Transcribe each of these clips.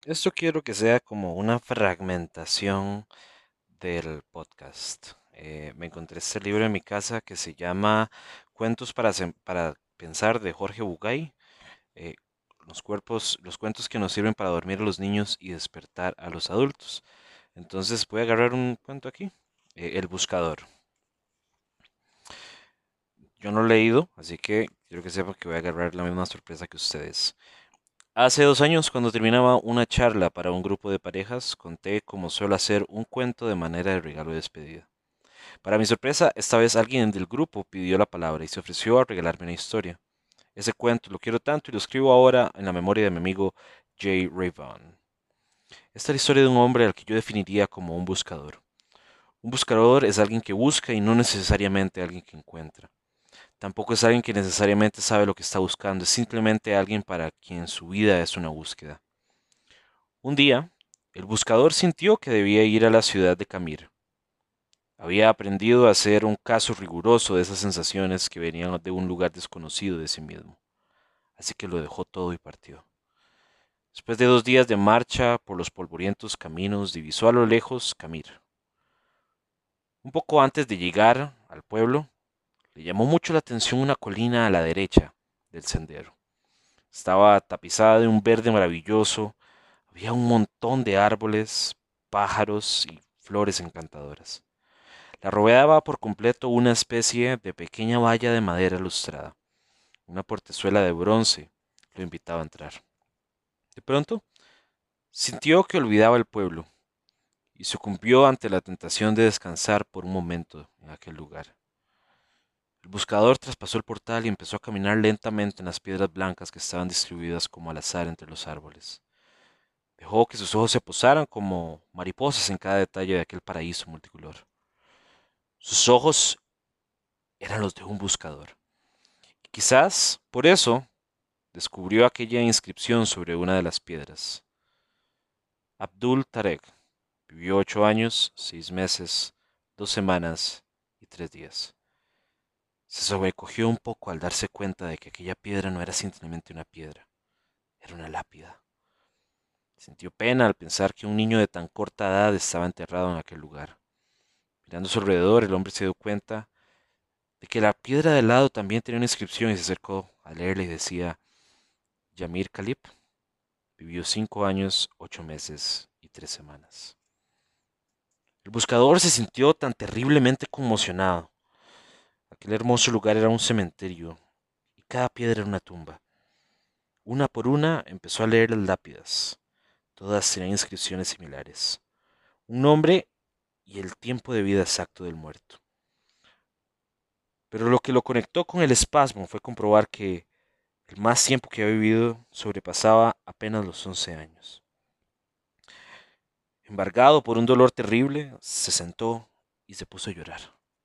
Esto quiero que sea como una fragmentación del podcast. Me encontré este libro en mi casa que se llama Cuentos para pensar de Jorge Bucay. eh, los cuentos que nos sirven para dormir a los niños y despertar a los adultos. Entonces voy a agarrar un cuento aquí, El Buscador. Yo no lo he leído, así que quiero que sepan que voy a agarrar la misma sorpresa que ustedes. Hace 2 años, cuando terminaba una charla para un grupo de parejas, conté como suelo hacer un cuento de manera de regalo de despedida. Para mi sorpresa, esta vez alguien del grupo pidió la palabra y se ofreció a regalarme una historia. Ese cuento lo quiero tanto y lo escribo ahora en la memoria de mi amigo Jay Rayvon. Esta es la historia de un hombre al que yo definiría como un buscador. Un buscador es alguien que busca y no necesariamente alguien que encuentra. Tampoco es alguien que necesariamente sabe lo que está buscando, es simplemente alguien para quien su vida es una búsqueda. Un día, el buscador sintió que debía ir a la ciudad de Camir. Había aprendido a hacer un caso riguroso de esas sensaciones que venían de un lugar desconocido de sí mismo, así que lo dejó todo y partió. Después de 2 días de marcha por los polvorientos caminos, divisó a lo lejos Camir. Un poco antes de llegar al pueblo, le llamó mucho la atención una colina a la derecha del sendero. Estaba tapizada de un verde maravilloso, había un montón de árboles, pájaros y flores encantadoras. La rodeaba por completo una especie de pequeña valla de madera lustrada. Una portezuela de bronce lo invitaba a entrar. De pronto, sintió que olvidaba el pueblo y sucumbió ante la tentación de descansar por un momento en aquel lugar. El buscador traspasó el portal y empezó a caminar lentamente en las piedras blancas que estaban distribuidas como al azar entre los árboles. Dejó que sus ojos se posaran como mariposas en cada detalle de aquel paraíso multicolor. Sus ojos eran los de un buscador. Y quizás por eso descubrió aquella inscripción sobre una de las piedras. Abdul Tarek vivió 8 años, 6 meses, 2 semanas y 3 días. Se sobrecogió un poco al darse cuenta de que aquella piedra no era simplemente una piedra, era una lápida. Sintió pena al pensar que un niño de tan corta edad estaba enterrado en aquel lugar. Mirando a su alrededor, el hombre se dio cuenta de que la piedra de al lado también tenía una inscripción y se acercó a leerla y decía, Yamir Khalib vivió 5 años, 8 meses y 3 semanas. El buscador se sintió tan terriblemente conmocionado. Aquel hermoso lugar era un cementerio y cada piedra era una tumba. Una por una empezó a leer las lápidas. Todas tenían inscripciones similares. Un nombre y el tiempo de vida exacto del muerto. Pero lo que lo conectó con el espasmo fue comprobar que el más tiempo que había vivido sobrepasaba apenas los 11 años. Embargado por un dolor terrible, se sentó y se puso a llorar.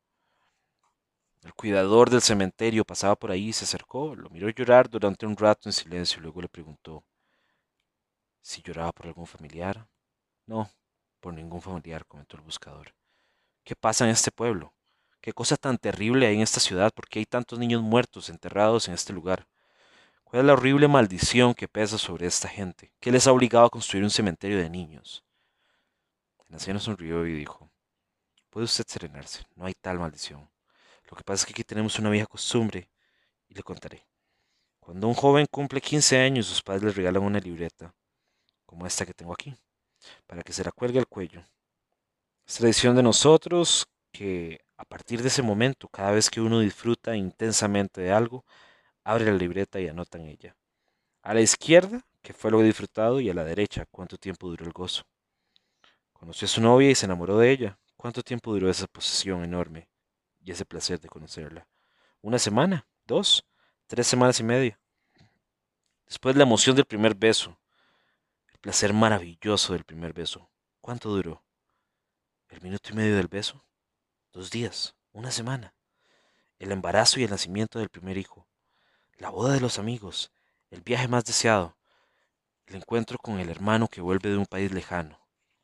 El cuidador del cementerio pasaba por ahí, se acercó, lo miró llorar durante un rato en silencio y luego le preguntó si lloraba por algún familiar. No, por ningún familiar, comentó el buscador. ¿Qué pasa en este pueblo? ¿Qué cosa tan terrible hay en esta ciudad? ¿Por qué hay tantos niños muertos enterrados en este lugar? ¿Cuál es la horrible maldición que pesa sobre esta gente? ¿Qué les ha obligado a construir un cementerio de niños? El anciano sonrió y dijo, puede usted serenarse, no hay tal maldición. Lo que pasa es que aquí tenemos una vieja costumbre y le contaré. Cuando un joven cumple 15 años, sus padres le regalan una libreta, como esta que tengo aquí, para que se la cuelgue al cuello. Es tradición de nosotros que a partir de ese momento, cada vez que uno disfruta intensamente de algo, abre la libreta y anota en ella. A la izquierda, qué fue lo que he disfrutado, y a la derecha, cuánto tiempo duró el gozo. Conoció a su novia y se enamoró de ella. ¿Cuánto tiempo duró esa posesión enorme y ese placer de conocerla? ¿Una semana? ¿Dos? ¿3 semanas y media? Después la emoción del primer beso, el placer maravilloso del primer beso. ¿Cuánto duró? ¿El minuto y medio del beso? 2 días, una semana. El embarazo y el nacimiento del primer hijo. La boda de los amigos. El viaje más deseado. El encuentro con el hermano que vuelve de un país lejano.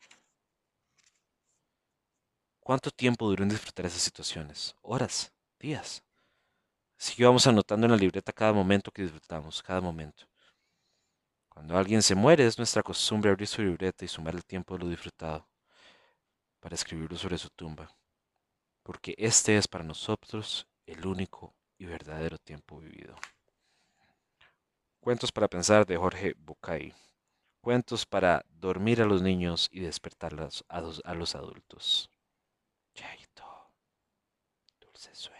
¿Cuánto tiempo duró en disfrutar esas situaciones? ¿Horas? ¿Días? Así que vamos anotando en la libreta cada momento que disfrutamos, cada momento. Cuando alguien se muere es nuestra costumbre abrir su libreta y sumar el tiempo de lo disfrutado para escribirlo sobre su tumba, porque este es para nosotros el único y verdadero tiempo vivido. Cuentos para pensar de Jorge Bucay. Cuentos para dormir a los niños y despertarlos a los adultos. Chaito, dulces sueños.